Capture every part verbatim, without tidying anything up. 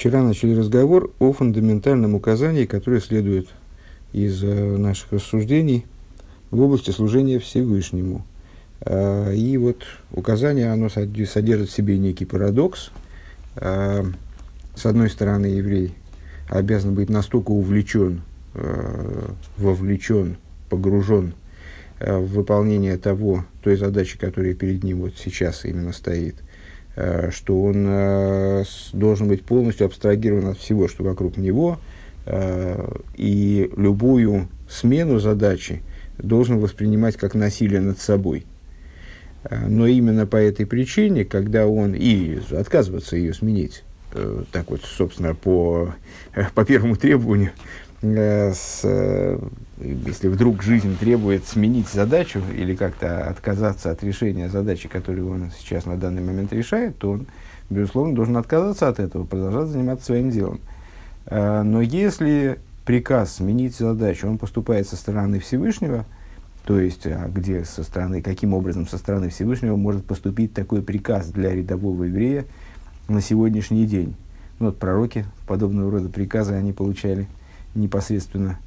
вчера начали разговор о фундаментальном указании, которое следует из э, наших рассуждений в области служения Всевышнему. Э, и вот указание, оно содержит в себе некий парадокс. Э, с одной стороны, еврей обязан быть настолько увлечен, э, вовлечен, погружен э, в выполнение того, той задачи, которая перед ним вот сейчас именно стоит, э, что он э, с, должен быть полностью абстрагирован от всего, что вокруг него, э, и любую смену задачи должен воспринимать как насилие над собой. Э, но именно по этой причине, когда он и отказываться ее сменить, э, так вот, собственно, по, э, по первому требованию, С, если вдруг жизнь требует сменить задачу или как-то отказаться от решения задачи, которую он сейчас на данный момент решает, то он, безусловно, должен отказаться от этого, продолжать заниматься своим делом. Но если приказ сменить задачу, он поступает со стороны Всевышнего, то есть где со стороны, каким образом со стороны Всевышнего может поступить такой приказ для рядового еврея на сегодняшний день. Ну, вот пророки подобного рода приказы они получали непосредственно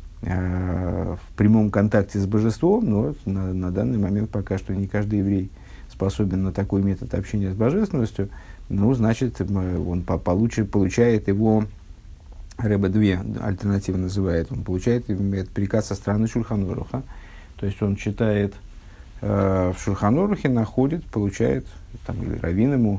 э, в прямом контакте с божеством, но на, на данный момент пока что не каждый еврей способен на такой метод общения с божественностью. Ну, значит, он по, получит, получает его, Ребе две альтернативы называет, он получает этот приказ со стороны Шульхан Оруха, то есть он читает э, в Шульхан Орухе, находит, получает, там, или раввин ему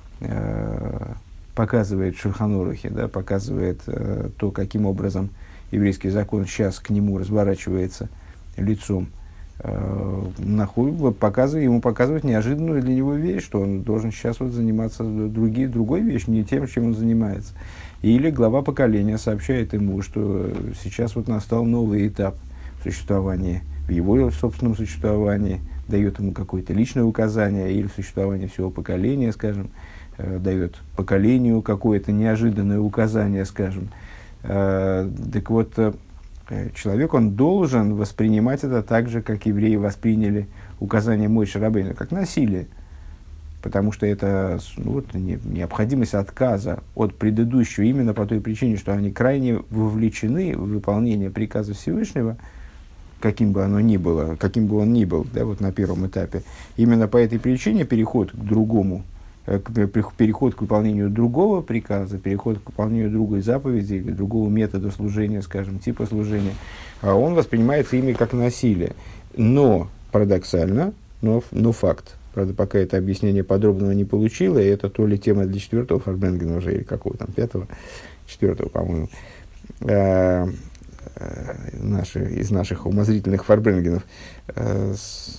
э, показывает в Шульхан Орухе, да, показывает э, то, каким образом еврейский закон сейчас к нему разворачивается лицом, э, находит, показывает, ему показывает неожиданную для него вещь, что он должен сейчас вот заниматься другие, другой вещью, не тем, чем он занимается. Или глава поколения сообщает ему, что сейчас вот настал новый этап в существовании, в его собственном существовании, дает ему какое-то личное указание или в существовании всего поколения, скажем, дает поколению какое-то неожиданное указание, скажем. Э, так вот, э, человек, он должен воспринимать это так же, как евреи восприняли указание Моше Рабейну, как насилие. Потому что это ну, вот, не, необходимость отказа от предыдущего именно по той причине, что они крайне вовлечены в выполнение приказа Всевышнего, каким бы оно ни было, каким бы он ни был, да, вот на первом этапе. Именно по этой причине переход к другому, переход к выполнению другого приказа, переход к выполнению другой заповеди или другого метода служения, скажем, типа служения, он воспринимается ими как насилие. Но парадоксально, но, но факт. Правда, пока это объяснение подробного не получило, и это то ли тема для четвертого фарбренгена уже, или какого там, пятого, четвертого, по-моему, э, э, наши, из наших умозрительных фарбренгенов. Э, с,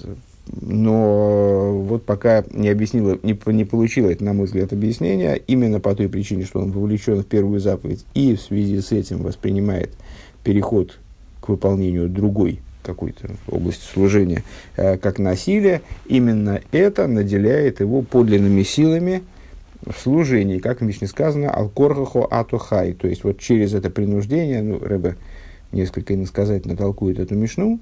Но вот пока не объяснила, не, не получила это, на мой взгляд, объяснение, именно по той причине, что он вовлечен в первую заповедь и в связи с этим воспринимает переход к выполнению другой какой-то области служения э, как насилие, именно это наделяет его подлинными силами в служении, как в Мишне сказано, «Ал-корхахо атохай», то есть вот через это принуждение, ну, Ребе несколько иносказательно толкует эту Мишну,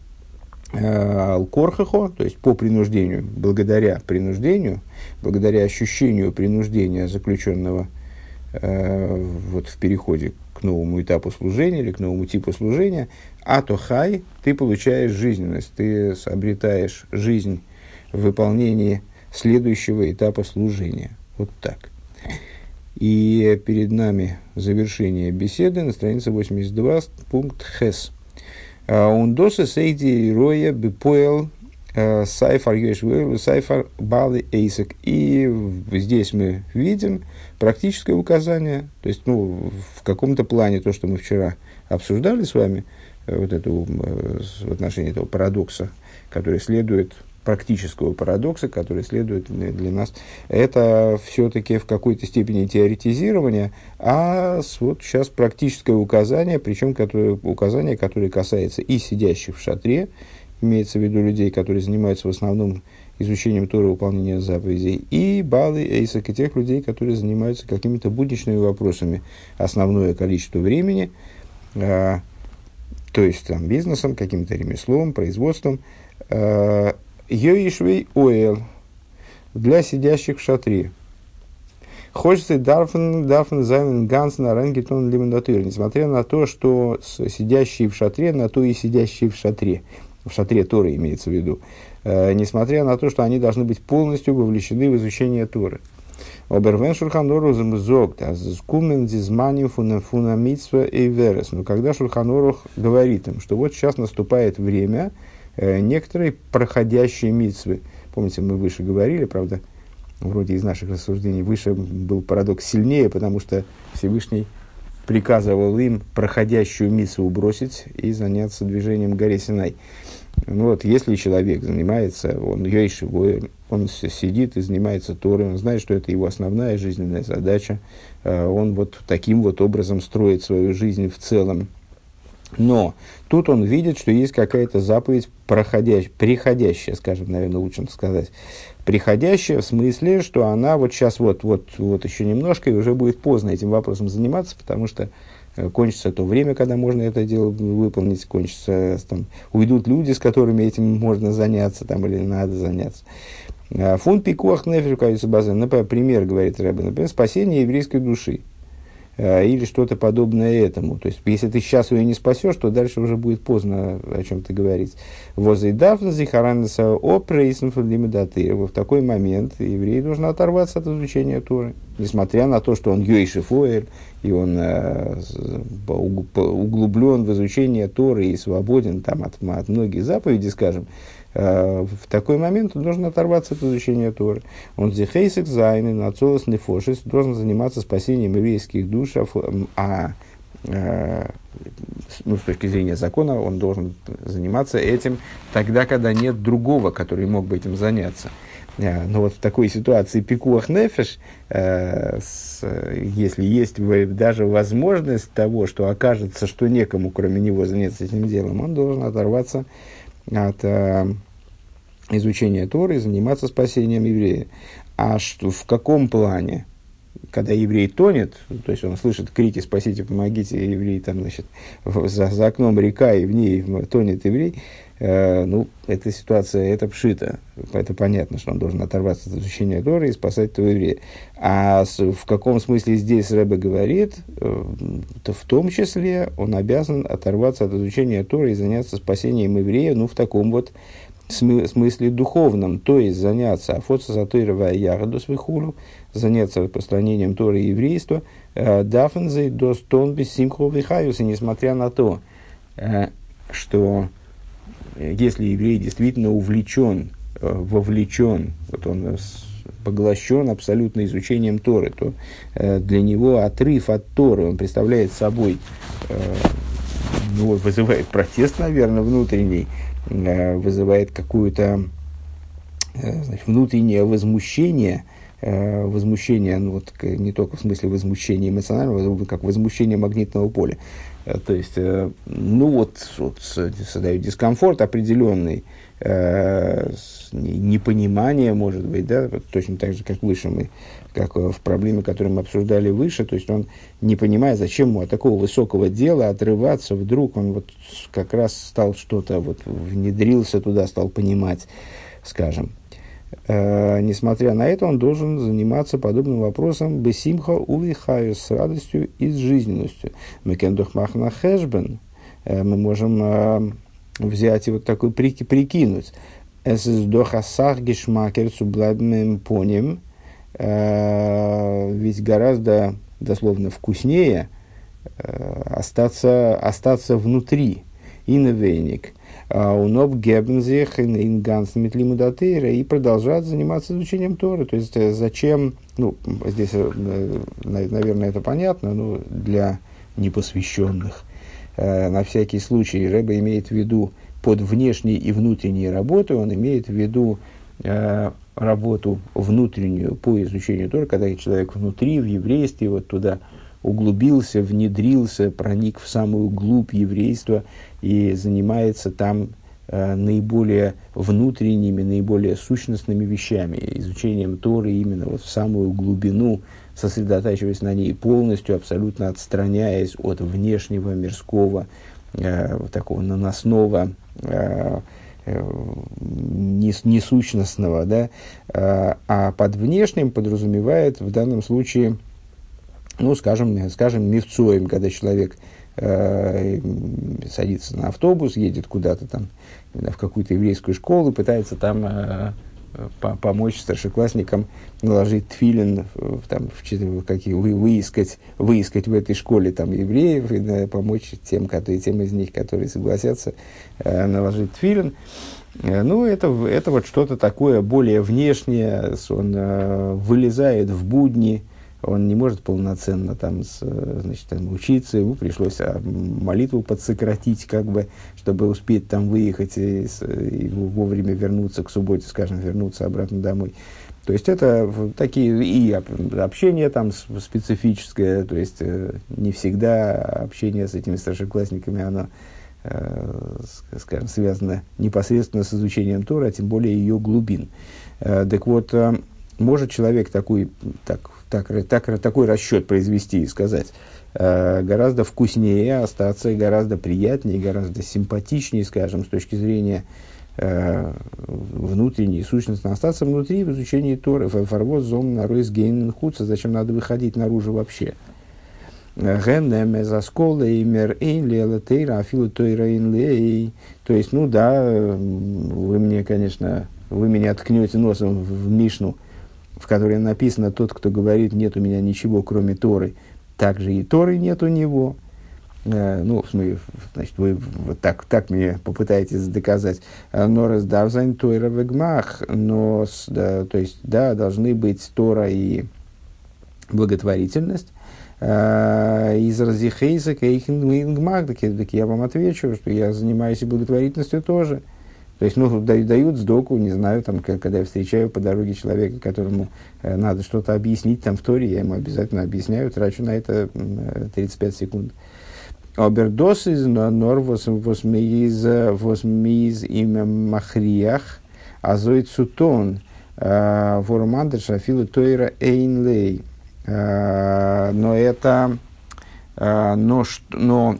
Ал-корхахо, то есть по принуждению, благодаря принуждению, благодаря ощущению принуждения заключенного э, вот в переходе к новому этапу служения или к новому типу служения, атохай, ты получаешь жизненность, ты обретаешь жизнь в выполнении следующего этапа служения. Вот так. И перед нами завершение беседы на странице восемьдесят два, пункт Хес. Ундосы сейди роя бипоэл сайфар йошвуэл сайфар балы эйсек. И здесь мы видим практическое указание, то есть ну, в каком-то плане то, что мы вчера обсуждали с вами, вот это, в отношении этого парадокса, который следует, практического парадокса, который следует для, для нас, это все-таки в какой-то степени теоретизирование, а вот сейчас практическое указание, причем которое, указание, которое касается и сидящих в шатре, имеется в виду людей, которые занимаются в основном изучением Торы, выполнением заповедей, и балы, эйсак, и тех людей, которые занимаются какими-то будничными вопросами основное количество времени, а, то есть там, бизнесом, каким-то ремеслом, производством. Йоишвей оэл для сидящих в шатре. Хочется дарфен, дарфен зайнен ганс на рангетон лимонатыр. Несмотря на то, что сидящие в шатре, на то и сидящие в шатре. В шатре Торы имеется в виду. Э, несмотря на то, что они должны быть полностью вовлечены в изучение Торы. Обервен Шульхан Орух зогт, а скумен дизмани фунамитсва и верес. Но когда Шульхан Орух говорит им, что вот сейчас наступает время э, некоторой проходящей митсвы. Помните, мы выше говорили, правда, вроде из наших рассуждений, выше был парадокс сильнее, потому что Всевышний приказывал им проходящую митсву бросить и заняться движением к горе Синай. Ну вот, если человек занимается, он йойши, он сидит и занимается Торой, он знает, что это его основная жизненная задача, он вот таким вот образом строит свою жизнь в целом. Но тут он видит, что есть какая-то заповедь проходящая, приходящая, скажем, наверное, лучше сказать, приходящая в смысле, что она вот сейчас вот, вот, вот еще немножко и уже будет поздно этим вопросом заниматься, потому что кончится то время, когда можно это дело выполнить, кончится, там, уйдут люди, с которыми этим можно заняться, там, или надо заняться. Фон пикуах нефиш, например, пример, говорит Рэбе, например, спасение еврейской души. Или что-то подобное этому. То есть, если ты сейчас ее не спасешь, то дальше уже будет поздно о чем-то говорить. Возайдафнази харанаса опрейсенфлимедаты. В такой момент еврей должен оторваться от изучения Торы. Несмотря на то, что он йойшифоэль, и он э, углублен в изучение Торы и свободен там, от, от многих заповедей, скажем, э, в такой момент он должен оторваться от изучения Торы. Он зихейсик зайны, нацолос нефошис, должен заниматься спасением еврейских душ, а э, ну, с точки зрения закона он должен заниматься этим тогда, когда нет другого, который мог бы этим заняться. Но вот в такой ситуации пикуах нефеш, э, с, если есть даже возможность того, что окажется, что некому, кроме него, заняться этим делом, он должен оторваться от э, изучения Торы и заниматься спасением еврея. А что, в каком плане? Когда еврей тонет, то есть он слышит крики «спасите, помогите», еврей там, значит, за, за окном река, и в ней тонет еврей, э, ну, эта ситуация, это пшита, это понятно, что он должен оторваться от изучения Торы и спасать этого еврея. А с, в каком смысле здесь Рэбе говорит, э, то в том числе он обязан оторваться от изучения Торы и заняться спасением еврея, ну, в таком вот смысле духовном, то есть заняться афоца затыровая ягоду свихулю, заняться распространением Торы и еврейства, дафнзей до стонби симху вихаюс, и несмотря на то, что если еврей действительно увлечен, вовлечен, вот он поглощен абсолютно изучением Торы, то для него отрыв от Торы, он представляет собой, ну, вызывает протест, наверное, внутренний, вызывает какое-то, значит, внутреннее возмущение, возмущение, ну, вот, не только в смысле возмущения эмоционального, как возмущение магнитного поля. То есть, ну вот, вот создает дискомфорт определенный, непонимание, может быть, да, точно так же, как выше мы, как в проблеме, которую мы обсуждали выше, то есть он не понимает, зачем ему от такого высокого дела отрываться, вдруг он вот как раз стал что-то, вот внедрился туда, стал понимать, скажем. Э, несмотря на это, он должен заниматься подобным вопросом бесимха улихаю, с радостью и с жизненностью. Мы кендухмахна хэшбен, мы можем э, взять и вот такой прики, прикинуть. Es ist doch a Sachgeschmacker zu bleiben поним, ведь гораздо, дословно, вкуснее э, остаться, остаться внутри, инновейник, уноб гебнзих инганс метлимудатейра, и продолжать заниматься изучением Торы. То есть, зачем, ну, здесь, наверное, это понятно, но для непосвященных, на всякий случай, Рэбе имеет в виду под внешней и внутренней работой, он имеет в виду э, работу внутреннюю по изучению Торы, когда человек внутри, в еврействе, вот туда углубился, внедрился, проник в самую глубь еврейства и занимается там э, наиболее внутренними, наиболее сущностными вещами, изучением Торы именно вот в самую глубину, сосредотачиваясь на ней полностью, абсолютно отстраняясь от внешнего, мирского, э, такого наносного, э, несущностного, да, а под внешним подразумевает в данном случае, ну, скажем, скажем, мифцоем, когда человек э, садится на автобус, едет куда-то там, в какую-то еврейскую школу, пытается там э, по помочь старшеклассникам наложить тфилин, там, в, какие, вы, выискать, выискать в этой школе там, евреев и да, помочь тем, которые, тем из них, которые согласятся э, наложить тфилин. Э, ну, это, это вот что-то такое более внешнее, он э, вылезает в будни, он не может полноценно там, с, значит, там, учиться, ему пришлось молитву подсократить, как бы, чтобы успеть там выехать и, и вовремя вернуться к субботе, скажем, вернуться обратно домой. То есть это такие и общение там специфическое, то есть не всегда общение с этими старшеклассниками, оно, скажем, связано непосредственно с изучением Торы, а тем более ее глубин. Так вот, может человек такой, так, так, так, такой расчет произвести и сказать, э, гораздо вкуснее остаться, гораздо приятнее, гораздо симпатичнее, скажем, с точки зрения э, внутренней сущности, остаться внутри в изучении Торы. Фарвоз зон на ройс гейн хуца, зачем надо выходить наружу вообще? То есть, ну да, вы мне, конечно, вы меня ткнете носом в Мишну, в которой написано: тот, кто говорит, нет у меня ничего, кроме Торы, также и Торы нет у него. Э, ну, в смысле, значит, вы вот так, так мне попытаетесь доказать. Но раздавзайн Тойра вегмах, но, да, то есть, да, должны быть Тора и благотворительность. Из разихейса кейхен вингмах, так я вам отвечу, что я занимаюсь и благотворительностью тоже. То есть, ну, дают сдоку, не знаю, там, когда я встречаю по дороге человека, которому э, надо что-то объяснить там в Торе, я ему обязательно объясняю, трачу на это э, тридцать пять секунд. Обердос из нор восмиз им махриях, азоид сутон, вормандер шафилу тойра эйнлей. Но это, но, но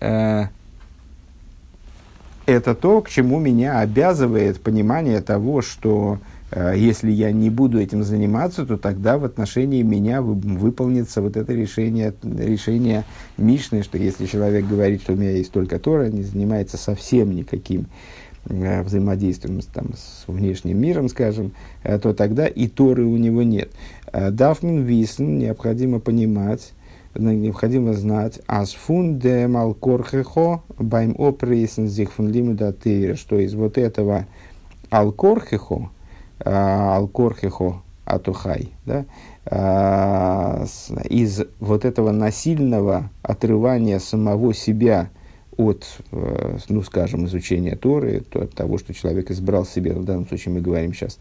это то, к чему меня обязывает понимание того, что э, если я не буду этим заниматься, то тогда в отношении меня вы, выполнится вот это решение, решение Мишны, что если человек говорит, что у меня есть только Тора, не занимается совсем никаким э, взаимодействием там, с внешним миром, скажем, э, то тогда и Торы у него нет. Дафмин висн, необходимо понимать, необходимо знать, асфун де малкорхехо байм опрейсен зих фун лимудатейра, что из вот этого алкорхехо, алкорхехо атухай, да, из вот этого насильного отрывания самого себя от, ну, скажем, изучения Торы, то, от того, что человек избрал себе, в данном случае мы говорим сейчас,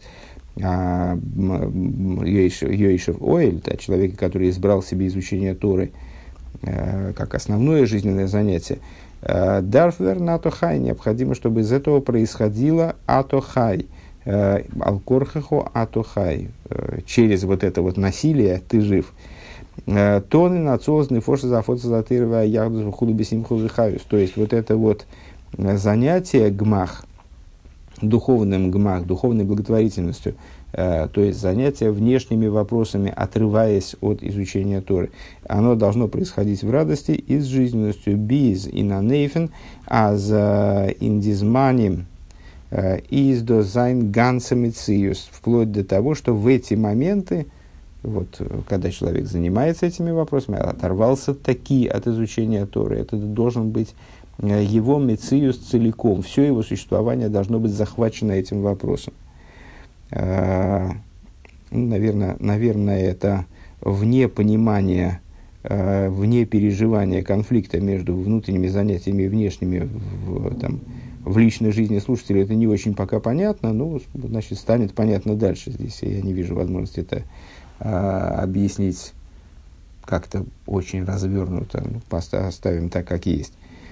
Йоишев Оэль, да, человека, который избрал себе изучение Торы э, как основное жизненное занятие, Дарфвер на Атохай, необходимо, чтобы из этого происходило Атохай, Алкорхехо Атохай, через вот это вот насилие ты жив. Тоны нацозный фоша зафоца затырывая ягду хулубисим хулухавис, то есть вот это вот занятие гмах, духовным гмах, духовной благотворительностью, э, то есть занятие внешними вопросами, отрываясь от изучения Торы, оно должно происходить в радости и с жизненностью. Биз и нанейфен, а за индизманим из до зайн гансамициус, вплоть до того, что в эти моменты, вот, когда человек занимается этими вопросами, оторвался таки от изучения Торы, это должен быть его мециус целиком, все его существование должно быть захвачено этим вопросом. Э, наверное, наверное, это вне понимания, э, вне переживания конфликта между внутренними занятиями и внешними в, там, в личной жизни слушателя, это не очень пока понятно, но, значит, станет понятно дальше. Здесь я не вижу возможности это э, объяснить как-то очень развернуто, ну, оставим так, как есть.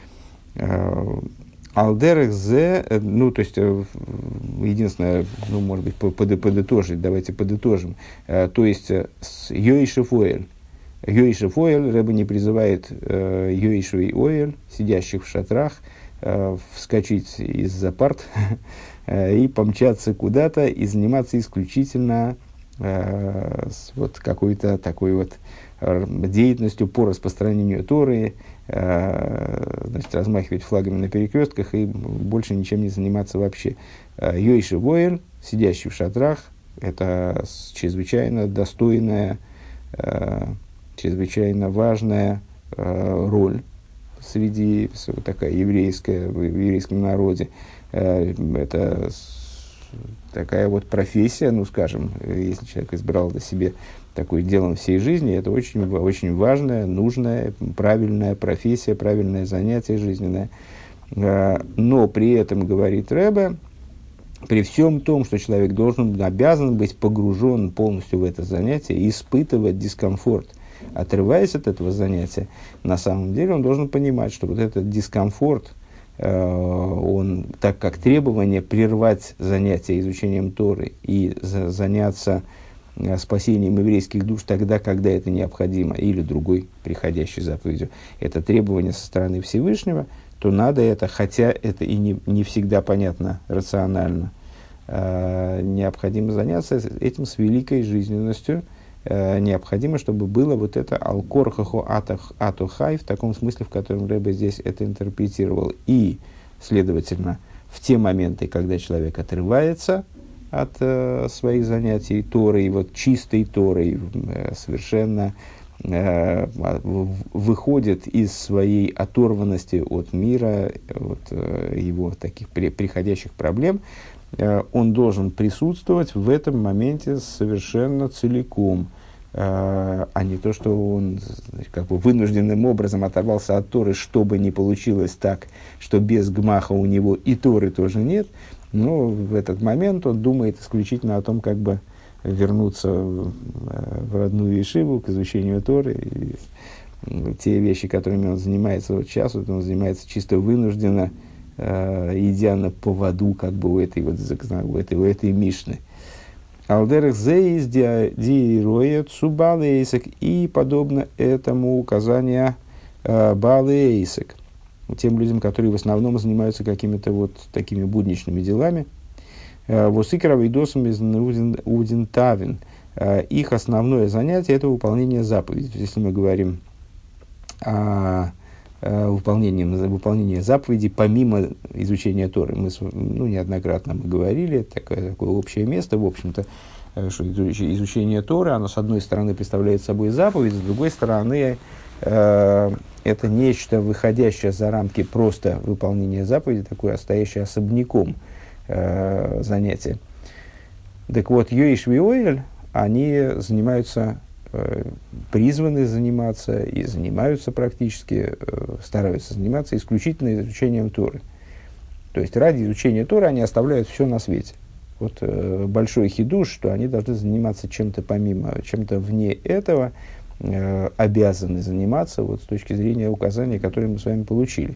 Алдерах зе, ну, то есть, единственное, ну, может быть, подытожить, давайте подытожим. То есть, Йоишев Оэль. Йоишев Оэль, Рэбе не призывает Йоишев и Оэль, сидящих в шатрах, э, вскочить из-за парт и помчаться куда-то и заниматься исключительно э, с вот какой-то такой вот деятельностью по распространению Торы, э, значит, размахивать флагами на перекрестках и больше ничем не заниматься вообще. Йойши Воэль, сидящий в шатрах, это чрезвычайно достойная, э, чрезвычайно важная э, роль среди, такая еврейская, в еврейском народе. Э, это такая вот профессия, ну, скажем, если человек избрал для себя такое делом всей жизни, это очень, очень важная, нужная, правильная профессия, правильное занятие жизненное. Но при этом, говорит Ребе, при всем том, что человек должен, обязан быть погружен полностью в это занятие, испытывать дискомфорт, отрываясь от этого занятия, на самом деле он должен понимать, что вот этот дискомфорт, он, так как требование прервать занятие изучением Торы и за, заняться спасением еврейских душ тогда, когда это необходимо, или другой приходящей заповедью, это требование со стороны Всевышнего, то надо это, хотя это и не, не всегда понятно рационально, э, необходимо заняться этим с великой жизненностью, э, необходимо, чтобы было вот это «алкорхахо атохай», в таком смысле, в котором Ребе здесь это интерпретировал. И, следовательно, в те моменты, когда человек отрывается от э, своих занятий Торой, вот чистой Торой, э, совершенно э, выходит из своей оторванности от мира, от э, его таких при, приходящих проблем, э, он должен присутствовать в этом моменте совершенно целиком, э, а не то, что он как бы вынужденным образом оторвался от Торы, чтобы не получилось так, что без гмаха у него и Торы тоже нет. Но в этот момент он думает исключительно о том, как бы вернуться в, в родную ешиву, к изучению Торы. И те вещи, которыми он занимается вот сейчас, вот он занимается чисто вынужденно, э, идя на поводу как бы у этой, вот, у этой, у этой Мишны. Алдерах зеис дироя цубалейсек, и подобно этому указание э, балейсек. Тем людям, которые в основном занимаются какими-то вот такими будничными делами. Восикера вейдосом из Удинтавин. Их основное занятие – это выполнение заповедей. Если мы говорим о выполнении, выполнении заповедей помимо изучения Торы, мы ну, неоднократно мы говорили, такое, такое общее место, в общем-то, что изучение Торы, оно с одной стороны представляет собой заповедь, с другой стороны это нечто, выходящее за рамки просто выполнения заповеди, такое, а стоящее особняком э, занятие. Так вот, Йоиш Виоэль, они занимаются, э, призваны заниматься и занимаются практически, э, стараются заниматься исключительно изучением Торы. То есть ради изучения Торы они оставляют все на свете. Вот э, большой хидуш, что они должны заниматься чем-то помимо, чем-то вне этого, обязаны заниматься вот, с точки зрения указаний, которые мы с вами получили.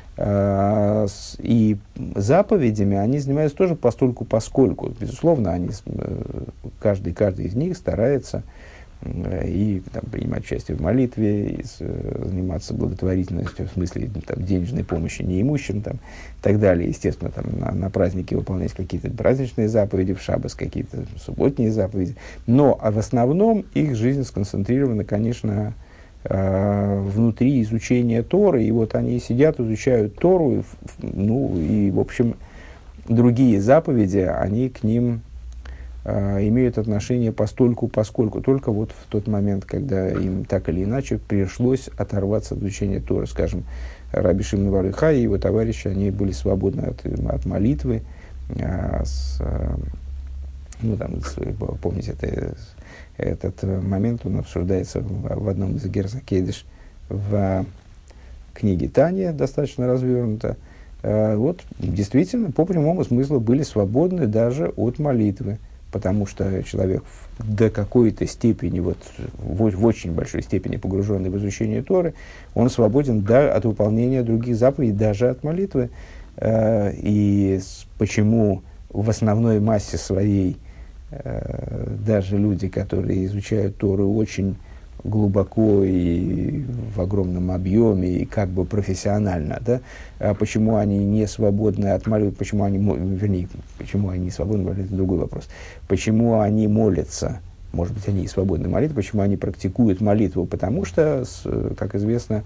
И заповедями они занимаются тоже постольку поскольку. Безусловно, они, каждый, каждый из них старается и там, принимать участие в молитве, и заниматься благотворительностью, в смысле там, денежной помощи неимущим там, и так далее. Естественно, там, на, на праздники выполнять какие-то праздничные заповеди, в шаббас какие-то субботние заповеди. Но а в основном их жизнь сконцентрирована, конечно, э, внутри изучения Торы. И вот они сидят, изучают Тору, и, ну, и, в общем, другие заповеди, они к ним имеют отношение постольку, поскольку только вот в тот момент, когда им так или иначе пришлось оторваться от изучения Торы. Скажем, Раби Шимон бар Йохай и его товарищи, они были свободны от, от молитвы. А, с, ну, там, с, помните, это, этот момент, он обсуждается в, в одном из Герза Кейдиш в книге Таня, достаточно развернуто. А, вот, действительно, по прямому смыслу были свободны даже от молитвы. Потому что человек до какой-то степени, вот, в, в очень большой степени погруженный в изучение Торы, он свободен да, от выполнения других заповедей, даже от молитвы. Э, и с, почему в основной массе своей э, даже люди, которые изучают Тору очень глубоко и в огромном объеме, и как бы профессионально, да, а почему они не свободны от молитвы, почему они, вернее, почему они не свободны, это другой вопрос, почему они молятся, может быть, они и свободны молитвы, почему они практикуют молитву, потому что, как известно,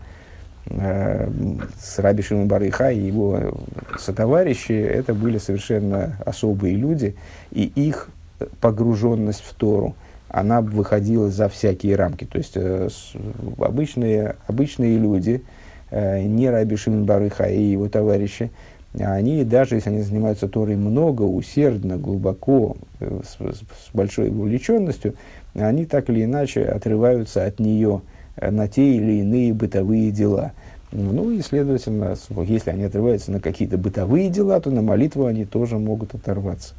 с Раби Шимон бар Йохай и его сотоварищи это были совершенно особые люди, и их погруженность в Тору, она выходила за всякие рамки. То есть э, с, обычные, обычные люди, э, не Раби Шимон бар Йохай и его товарищи, они, даже если они занимаются Торой много, усердно, глубоко, э, с, с большой увлеченностью, они так или иначе отрываются от нее на те или иные бытовые дела. Ну и, следовательно, если они отрываются на какие-то бытовые дела, то на молитву они тоже могут оторваться.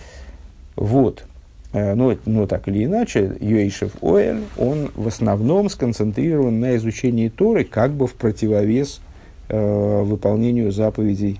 Вот. Но, но так или иначе, Йошев Оэль, он в основном сконцентрирован на изучении Торы, как бы в противовес э, выполнению заповедей,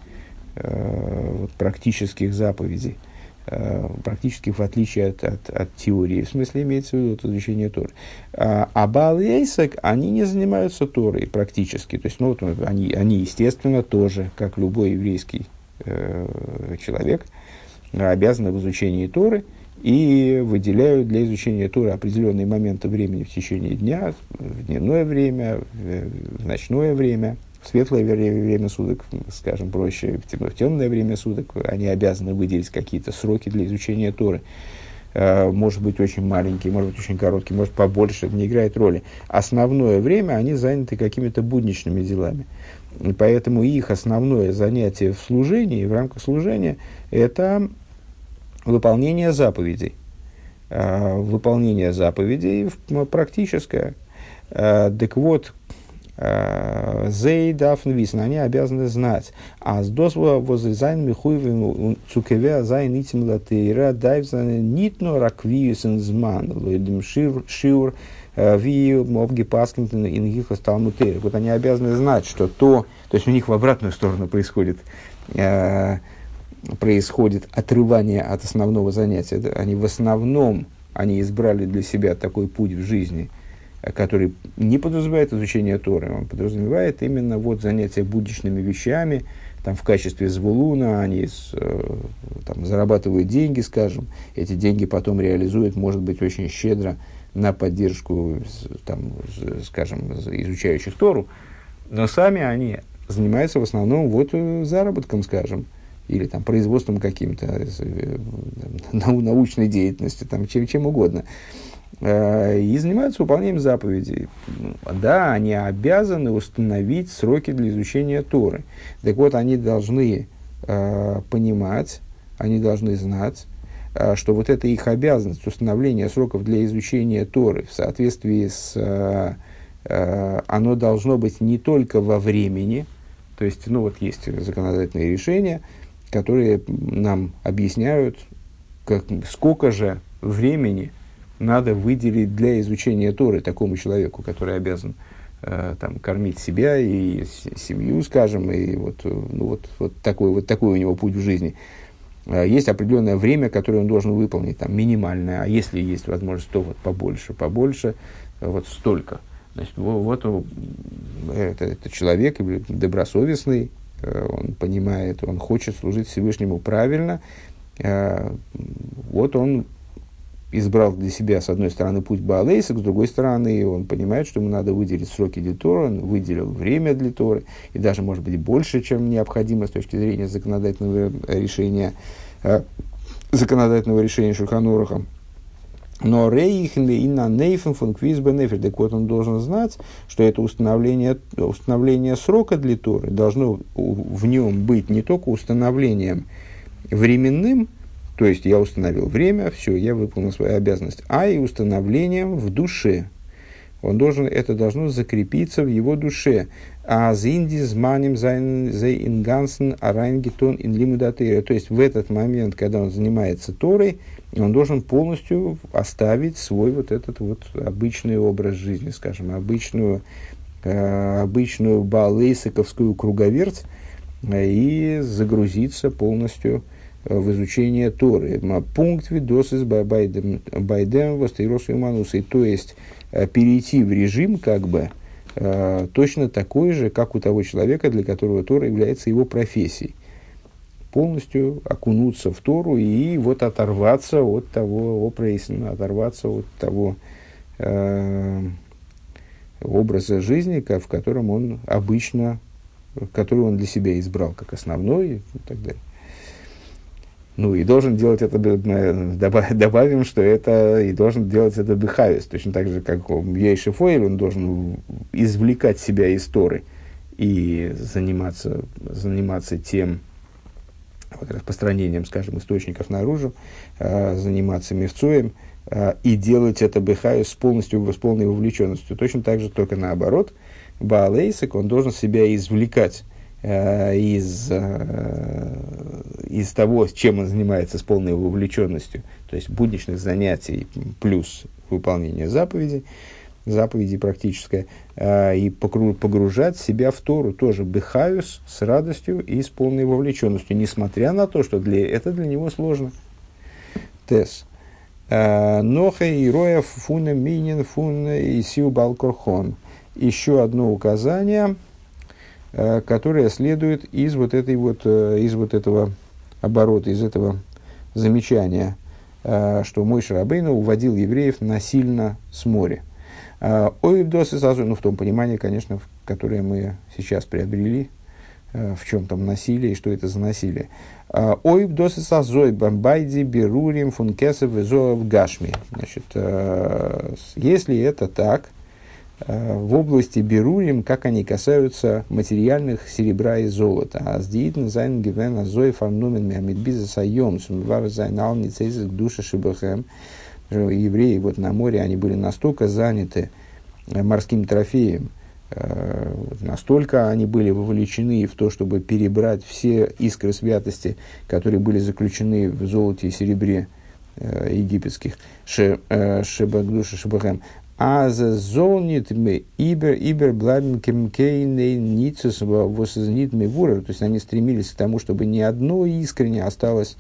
э, вот, практических заповедей, э, практических в отличие от, от, от теории, в смысле имеется в виду от изучения Торы. А, а Баал и Эйсек, они не занимаются Торой практически, то есть, ну, вот, они, они, естественно, тоже, как любой еврейский э, человек, обязаны в изучении Торы, и выделяют для изучения Торы определенные моменты времени в течение дня, в дневное время, в ночное время, в светлое время суток, скажем проще, в темное время суток. Они обязаны выделить какие-то сроки для изучения Торы. Может быть очень маленькие, может быть очень короткие, может побольше, это не играет роли. Основное время они заняты какими-то будничными делами. И поэтому их основное занятие в служении, в рамках служения, это выполнение заповедей. А, выполнение заповедей практическое. А, так вот, зей дафн висн, они обязаны знать. А с досва воззайн михуевым цукевя зайн итим латейра дайвзан нитно раквиюсен зман лойдем шиур ви мовги паскинтен ингихас талмутейр. Вот они обязаны знать, что то, то есть у них в обратную сторону происходит происходит отрывание от основного занятия. Они в основном, они избрали для себя такой путь в жизни, который не подразумевает изучение Торы, он подразумевает именно вот занятия будничными вещами, там, в качестве звулуна, они с, там, зарабатывают деньги, скажем, эти деньги потом реализуют, может быть, очень щедро на поддержку, там, скажем, изучающих Тору, но сами они занимаются в основном вот заработком, скажем, или там, производством каким-то, там, научной деятельностью, там, чем, чем угодно. И занимаются выполнением заповедей. Да, они обязаны установить сроки для изучения Торы. Так вот, они должны э, понимать, они должны знать, э, что вот эта их обязанность установления сроков для изучения Торы в соответствии с... Э, э, оно должно быть не только во времени, то есть, ну вот есть законодательные решения, которые нам объясняют, как, сколько же времени надо выделить для изучения Торы такому человеку, который обязан э, там, кормить себя и семью, скажем, и вот, ну, вот, вот, такой, вот такой у него путь в жизни. Э, есть определенное время, которое он должен выполнить, там, минимальное, а если есть возможность, то вот побольше, побольше, вот столько. Значит, вот, вот это, это человек добросовестный, он понимает, он хочет служить Всевышнему правильно, вот он избрал для себя, с одной стороны, путь Баал Эйсек, с другой стороны, он понимает, что ему надо выделить сроки для Торы, он выделил время для Торы, и даже, может быть, больше, чем необходимо с точки зрения законодательного решения, законодательного решения Шульхан Аруха. Но рейхен инна нейфен фон квизбе нефер, так вот он должен знать, что это установление, установление срока для Торы должно в нем быть не только установлением временным, то есть я установил время, все, я выполнил свою обязанность, а и установлением в душе. Он должен, это должно закрепиться в его душе. А зинди зманим зей ингансен арайнгетон ин лимудатейра. То есть в этот момент, когда он занимается Торой, он должен полностью оставить свой вот этот вот обычный образ жизни, скажем, обычную, э, обычную баал-эйсековскую круговерть, э, и загрузиться полностью в изучение Торы. Пункт видосис байдем востейросу иманусы. То есть перейти в режим, как бы, точно такой же, как у того человека, для которого Тора является его профессией. Полностью окунуться в Тору и вот оторваться от того опрейсена, оторваться от того э, образа жизни, в котором он обычно, который он для себя избрал как основной и так далее. Ну и должен делать это, добавим, что это и должен делать это бехавис, точно так же, как Ейшефоэль, он должен извлекать себя из Торы и заниматься, заниматься тем, вот, распространением, скажем, источников наружу, э, заниматься мифцоем э, и делать это бехаю с, полностью, с полной вовлеченностью. Точно так же, только наоборот, Баалейсик, он должен себя извлекать э, из, э, из того, чем он занимается с полной вовлеченностью, то есть будничных занятий плюс выполнение заповедей, заповедей практическое, э, и погружать себя в Тору тоже бехаюс с радостью и с полной вовлеченностью, несмотря на то, что для, это для него сложно. Тес. Ноха и роя фуна минин фуна и сиу балкорхон. Еще одно указание, э, которое следует из вот, этой вот, э, из вот этого оборота, из этого замечания, э, что Мойше Рабейну уводил евреев насильно с моря. Оибдосы сразу, ну, в том понимании, конечно, которое мы сейчас приобрели, э, в чем там насилие и что это за насилие. Оибдосы сазой бамбайди берурим функесов везоав гашми. Значит, э, если это так, э, в области берурим, как они касаются материальных серебра и золота. А сдиитн зайн гивен азой фарнумен миамидбиза сайом сумвар зайн алницейзик душа шибахем. Евреи вот на море, они были настолько заняты морским трофеем, э, настолько они были вовлечены в то, чтобы перебрать все искры святости, которые были заключены в золоте и серебре э, египетских, шебагдуша шебахэм, а за золнит мы ибер ибер блабим кемкейней ницус восознит мивура, то есть они стремились к тому, чтобы ни одно искренне осталось,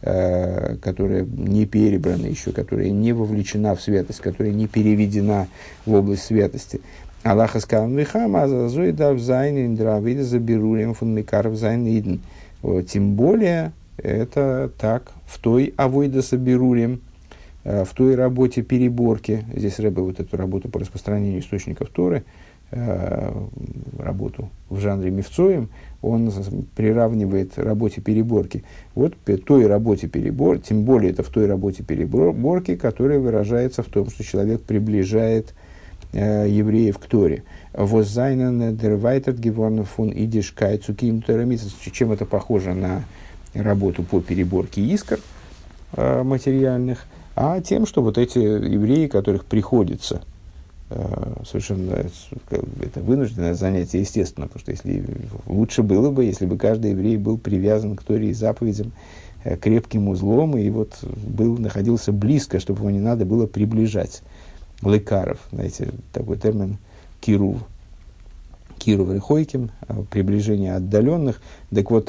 которая не перебрана еще, которая не вовлечена в святость, которая не переведена в область святости. Аллаха сказал: «Михам азазой дав зайн индравида заберурим фун микаров зайн идн». Тем более, это так в той авойда соберурим, в той работе переборки. Здесь Рэбе вот эту работу по распространению источников Торы, работу в жанре мифцоим, он приравнивает работе переборки. Вот той работе переборки, тем более это в той работе переборки, которая выражается в том, что человек приближает э, евреев к Торе. Воззайнен дервайтер геворн фун идиш кайцуким торамисс. Чем это похоже на работу по переборке искр э, материальных, а тем, что вот эти евреи, которых приходится совершенно, это вынужденное занятие, естественно, потому что если, лучше было бы, если бы каждый еврей был привязан к Торе и заповедям крепким узлом, и вот был, находился близко, чтобы его не надо было приближать. Лекаров, знаете, такой термин кирув, кирув рехойким, приближение отдаленных. Так вот,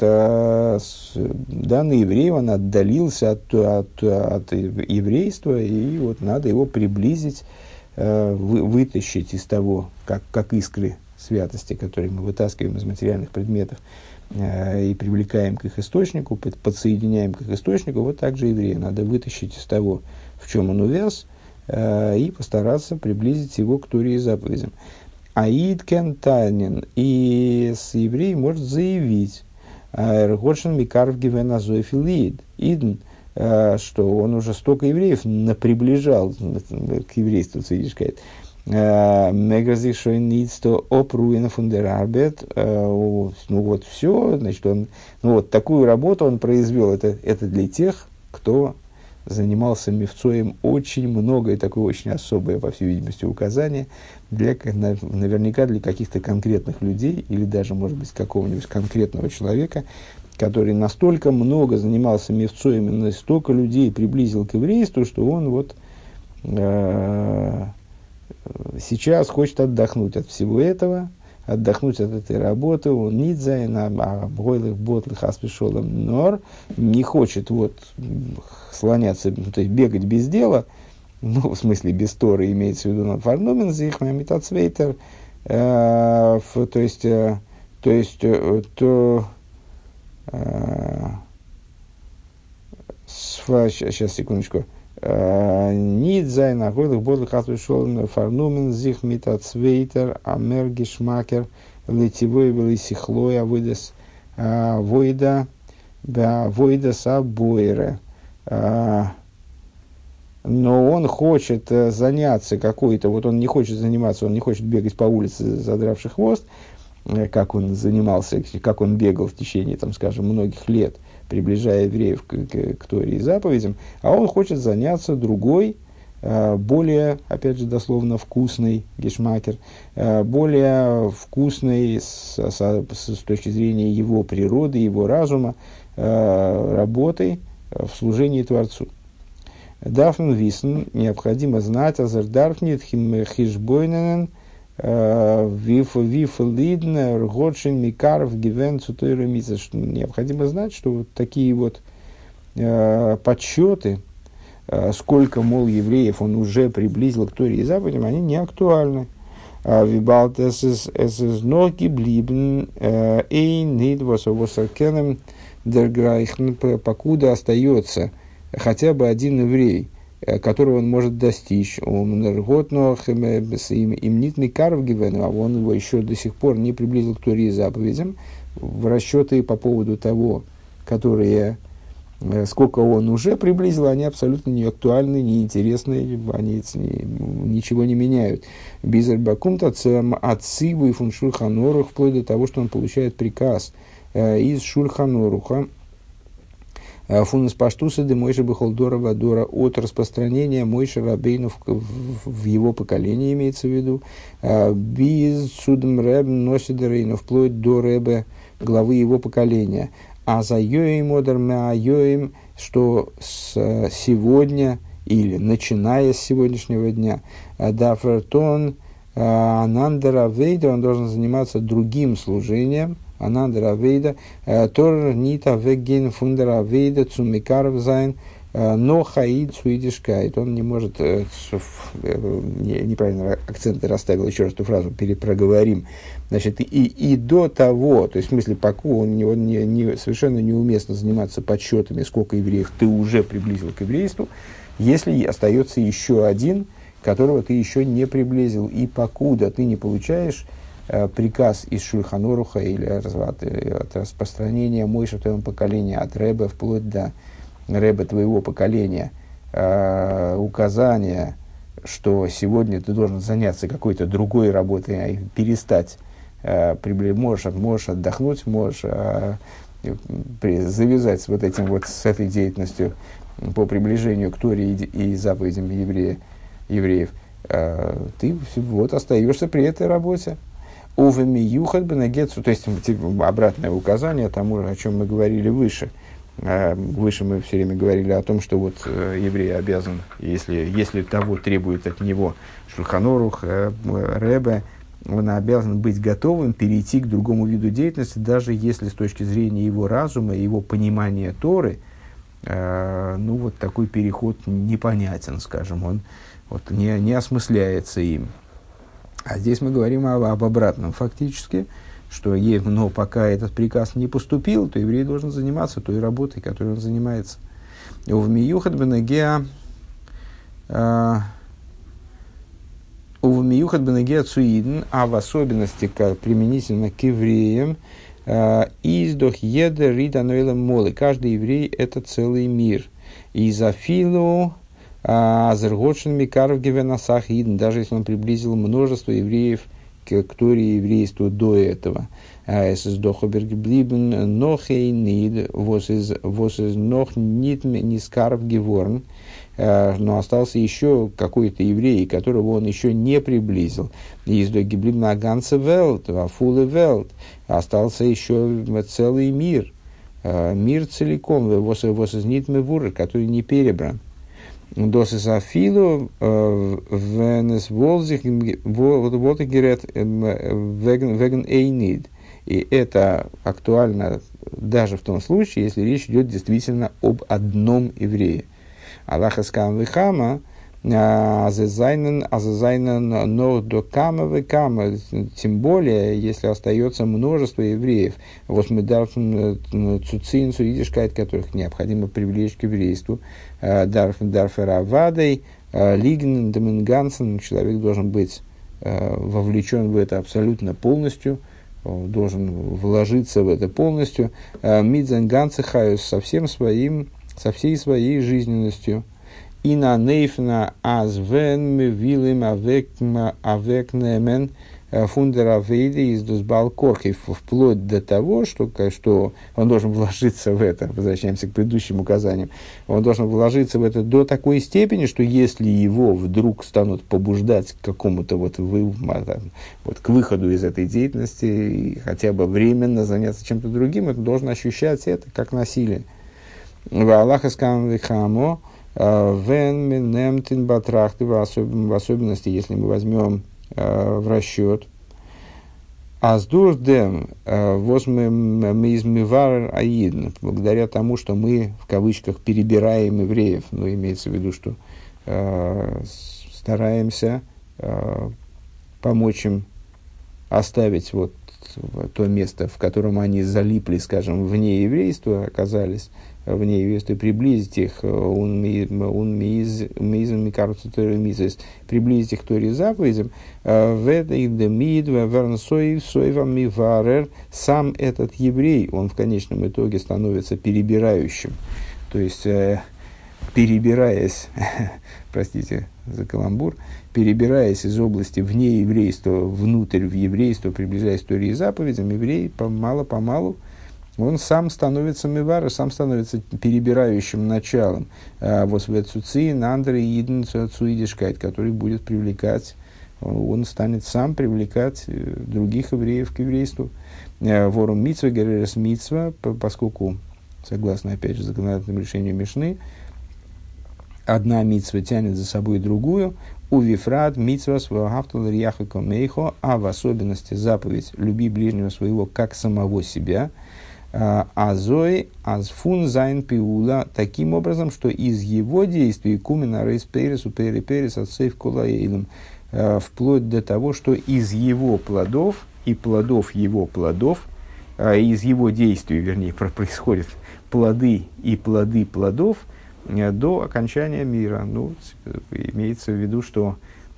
данный еврей, он отдалился от, от, от еврейства, и вот надо его приблизить, Вы, вытащить из того, как, как искры святости, которые мы вытаскиваем из материальных предметов э, и привлекаем к их источнику, под, подсоединяем к их источнику, вот так же еврея надо вытащить из того, в чем он увяз, э, и постараться приблизить его к Торе и заповедям. Аид кентанин, и с евреем может заявить, «Эргошен микарв гивен азоефилид, идн», что он уже столько евреев приближал к еврейству, цидишкает. Мегразих шойницто опруина фундерарбет. Ну вот все, значит, он, ну вот такую работу он произвел. Это, это для тех, кто занимался мифцоем очень много, и такое очень особое, по всей видимости, указание, для, наверняка для каких-то конкретных людей, или даже, может быть, какого-нибудь конкретного человека, который настолько много занимался мифцоем, и настолько людей приблизил к еврейству, что он вот э, сейчас хочет отдохнуть от всего этого, отдохнуть от этой работы, он нидзайн, а бойлых ботлых аспешолом нор, не хочет вот слоняться, то есть бегать без дела, ну, в смысле, без Торы имеется в виду, на фарнумен, зих, мамитацвейтер, то есть, то есть, то, сейчас, секундочку, Нит зайн агойлых бодлых аспешолом фарнумен, зих, митацвейтер, амергишмакер, летевой велисихлой, авойдас, войда, войда сабойре. Но он хочет заняться какой-то, вот он не хочет заниматься, он не хочет бегать по улице, задравший хвост, как он занимался, как он бегал в течение, там, скажем, многих лет, приближая евреев к, к, к Торе и заповедям, а он хочет заняться другой, более, опять же, дословно вкусный гешмакер, более вкусной с, с, с точки зрения его природы, его разума, работой в служении Творцу. Дафн висн, необходимо знать, азердарфнит хишбойненен виф виф лидн рготшин микаров гивен цутойремица. Необходимо знать, что вот такие вот э, подсчеты, э, сколько, мол, евреев он уже приблизил к Торе и заповедям, они не актуальны. Вибалт эсэс ноги блибн эйн нид восовосаркенем дерграйхн, покуда остается хотя бы один еврей, которого он может достичь. Он имнитный карв гивен, а он его еще до сих пор не приблизил к Торе и заповедям. В расчеты по поводу того, которые, сколько он уже приблизил, они абсолютно не актуальны, не интересны, они ничего не меняют. Бизер бакумта отциву и фун шульханорух, вплоть до того, что он получает приказ из шульханоруха, фунус паштуса де Мойша бихолдора вадора, от распространения Мойша Рабейну в, в, в его поколении, имеется в виду, без судом рэб носит рейну, вплоть до рэбе, главы его поколения. А за йоим одер меайоим, что с сегодня или начиная с сегодняшнего дня, дафрартон анандера вейда, он должен заниматься другим служением, Анандера Вейда, Тор Нита Вегин Фундера Вейда Цумикаров Зайн, но Хаид Суидишкайт. Он не может, неправильно акценты расставил, еще раз эту фразу перепроговорим. Значит, и, и до того, то есть в смысле, пока он, не, он не, не, совершенно неуместно заниматься подсчетами, сколько евреев ты уже приблизил к еврейству, если остается еще один, которого ты еще не приблизил, и покуда ты не получаешь приказ из Шульханоруха или от, от распространения Мойши в твоем поколении, от Рэбе вплоть до Рэбе твоего поколения, э, указания, что сегодня ты должен заняться какой-то другой работой, а перестать, э, прибли, можешь, можешь отдохнуть, можешь э, при, завязать с вот этим вот, с этой деятельностью по приближению к Торе и, и заповедям еврея, евреев, э, ты вот остаешься при этой работе. Увеми юхат бенагецу, то есть обратное указание тому, о чем мы говорили выше. Выше мы все время говорили о том, что вот еврей обязан, если, если того требует от него Шульханорух, Ребе, он обязан быть готовым перейти к другому виду деятельности, даже если с точки зрения его разума, его понимания Торы, ну вот такой переход непонятен, скажем, он вот, не, не осмысляется им. А здесь мы говорим об, об обратном фактически, что е, но пока этот приказ не поступил, то еврей должен заниматься той работой, которой он занимается. В миюхат бенегеа в миюхат бенегеа цуиден, а в особенности как применительно к евреям, издох еда рида нойлем молы. Каждый еврей – это целый мир. Изофилу Азерготшин Микаров Гевенасах Иден, даже если он приблизил множество евреев к, к Торе и еврейству до этого. Es ist doch übergeblieben noch ein Nid, was ist noch nicht Niskarv geworden, но остался еще какой-то еврей, которого он еще не приблизил. Ist doch geblieben eine ganze Welt, eine volle Welt. Остался еще целый мир, мир целиком, was ist nicht mehr, который не перебран. Досыс афилу венес волзих вот и говорят веген эйнид. И это актуально даже в том случае, если речь идет действительно об одном еврее. Аллаха скам вихама азезайнен азезайнен но до кама векама. Тем более, если остается множество евреев, вот мы дарфен цуцин цуидишкайт, которых необходимо привлечь к еврейству, дарфен дарферавадой лиген домингансен, человек должен быть вовлечен в это абсолютно полностью, должен вложиться в это полностью, мидзанганцехаюс со всем своим, со всей своей жизненностью. И на нейфна азвен мивилим авекнемен фундеравейди из дусбалкорхи, вплоть до того, что, что он должен вложиться в это, возвращаемся к предыдущим указаниям, он должен вложиться в это до такой степени, что если его вдруг станут побуждать к какому-то вот, вы, вот к выходу из этой деятельности, и хотя бы временно заняться чем-то другим, он должен ощущать это как насилие. Аллаха скам вихамо вен минемтин батрахты, в особенности, если мы возьмем э, в расчет аздурдем возмеизмивар аидн, благодаря тому, что мы в кавычках перебираем евреев, но имеется в виду, что э, стараемся э, помочь им оставить вот то место, в котором они залипли, скажем, вне еврейства, оказались вне еврейства, приблизить их, он приблизить их к Торе заповедям, сам этот еврей, он в конечном итоге становится перебирающим, то есть, перебираясь, простите за каламбур, перебираясь из области вне еврейства внутрь в еврейство, приближаясь к Торе и заповедям, еврей мало-помалу он сам становится мивара, сам становится перебирающим началом. Вот в Эцуци, Нандре, Иден, Цуидишкайт, который будет привлекать, он станет сам привлекать других евреев к еврейству. Ворум митцва, геререс митцва, поскольку, согласно, опять же, законодательному решению Мишны, одна митцва тянет за собой другую, у вифрат митцва свагафтал рьяха комейхо, а в особенности заповедь «люби ближнего своего, как самого себя», азой азфун зайн пиула, таким образом, что из его действий кумина рейс перес упери перес отсейв колаэйлем, вплоть до того, что из его плодов и плодов его плодов, из его действий, вернее, происходят плоды и плоды плодов до окончания мира. Ну, имеется в виду, что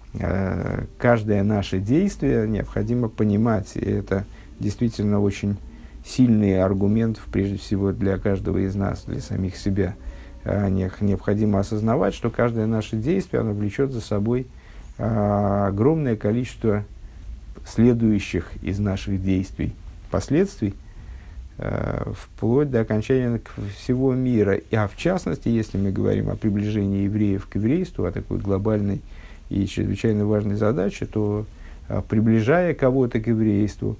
каждое наше действие необходимо понимать, и это действительно очень сильный аргумент, прежде всего, для каждого из нас, для самих себя. Необходимо осознавать, что каждое наше действие, оно влечет за собой огромное количество следующих из наших действий последствий, вплоть до окончания всего мира. А в частности, если мы говорим о приближении евреев к еврейству, о такой глобальной и чрезвычайно важной задаче, то, приближая кого-то к еврейству,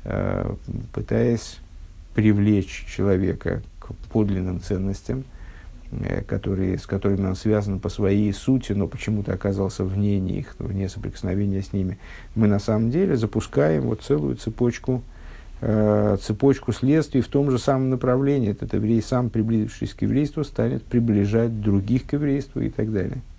пытаясь привлечь человека к подлинным ценностям, которые, с которыми он связан по своей сути, но почему-то оказался вне них, вне соприкосновения с ними, мы на самом деле запускаем вот целую цепочку, цепочку следствий в том же самом направлении. Этот еврей, сам приблизившись к еврейству, станет приближать других к еврейству и так далее.